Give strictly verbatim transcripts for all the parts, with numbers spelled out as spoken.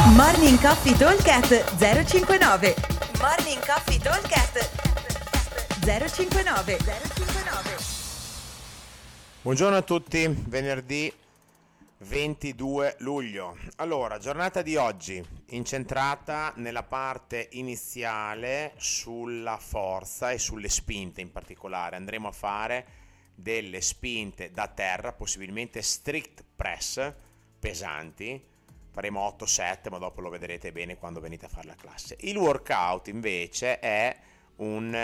Morning Coffee Talkcast zero cinquantanove. Morning Coffee Talkcast zero cinquantanove. Buongiorno a tutti, venerdì ventidue luglio. Allora, giornata di oggi incentrata nella parte iniziale sulla forza e sulle spinte in particolare. Andremo a fare delle spinte da terra, possibilmente strict press, pesanti. Faremo otto sette, ma dopo lo vedrete bene quando venite a fare la classe. Il workout invece è un,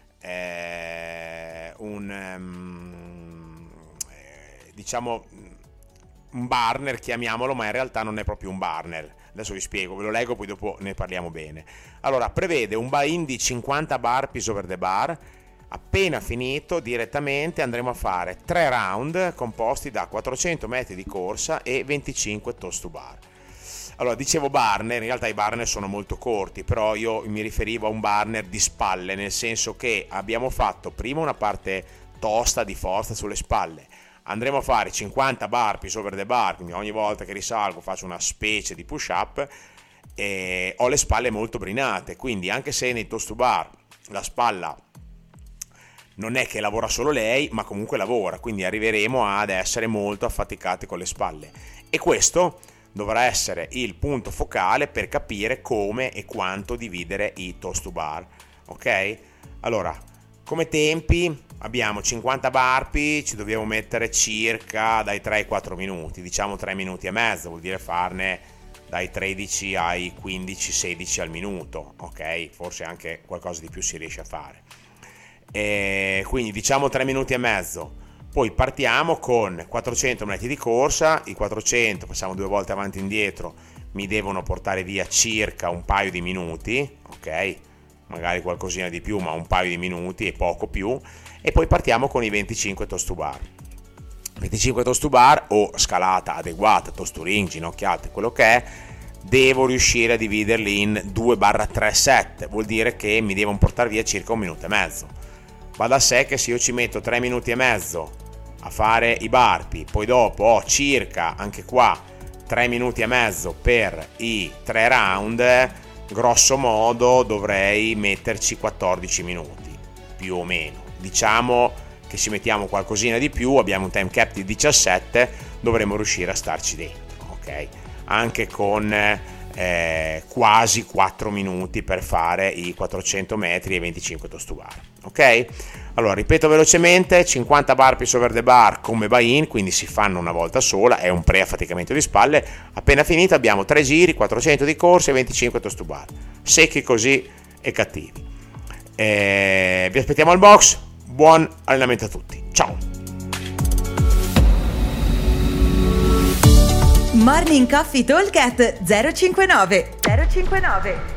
eh, un um, eh, diciamo un burner, chiamiamolo, ma in realtà non è proprio un burner. Adesso vi spiego, ve lo leggo, poi dopo ne parliamo bene. Allora, prevede un buy-in di cinquanta burpees over the bar. Appena finito, direttamente andremo a fare tre round composti da quattrocento metri di corsa e venticinque toast to bar. Allora, dicevo burner, in realtà i burner sono molto corti, però io mi riferivo a un burner di spalle, nel senso che abbiamo fatto prima una parte tosta di forza sulle spalle, andremo a fare cinquanta burpees over the bar, quindi ogni volta che risalgo faccio una specie di push up e ho le spalle molto brinate, quindi anche se nei toast to bar la spalla non è che lavora solo lei, ma comunque lavora, quindi arriveremo ad essere molto affaticati con le spalle, e questo dovrà essere il punto focale per capire come e quanto dividere i toast to bar. Ok? Allora, come tempi abbiamo cinquanta burpee, ci dobbiamo mettere circa dai tre ai quattro minuti, diciamo tre minuti e mezzo, vuol dire farne dai tredici ai quindici sedici al minuto, ok? Forse anche qualcosa di più si riesce a fare. E quindi diciamo tre minuti e mezzo. Poi partiamo con quattrocento metri di corsa, i quattrocento facciamo due volte avanti e indietro, mi devono portare via circa un paio di minuti, ok? Magari qualcosina di più, ma un paio di minuti e poco più, e poi partiamo con i venticinque toast to bar. venticinque toast to bar o scalata adeguata, toast to ring, ginocchiate, quello che è, devo riuscire a dividerli in due tre set, vuol dire che mi devono portare via circa un minuto e mezzo. Va da sé che se io ci metto tre minuti e mezzo a fare i burpee, poi dopo ho circa, anche qua, tre minuti e mezzo per i tre round, grosso modo dovrei metterci quattordici minuti, più o meno. Diciamo che se mettiamo qualcosina di più, abbiamo un time cap di diciassette, dovremo riuscire a starci dentro, ok? Anche con eh, quasi quattro minuti per fare i quattrocento metri e venticinque toast to bar, ok? Allora, ripeto velocemente: cinquanta burpees over the bar come buy-in, quindi si fanno una volta sola, è un pre-affaticamento di spalle. Appena finito abbiamo tre giri, quattrocento di corsa e venticinque toast to bar, secchi così e cattivi. E vi aspettiamo al box, buon allenamento a tutti, ciao! Morning Coffee Talkcast zero cinquantanove.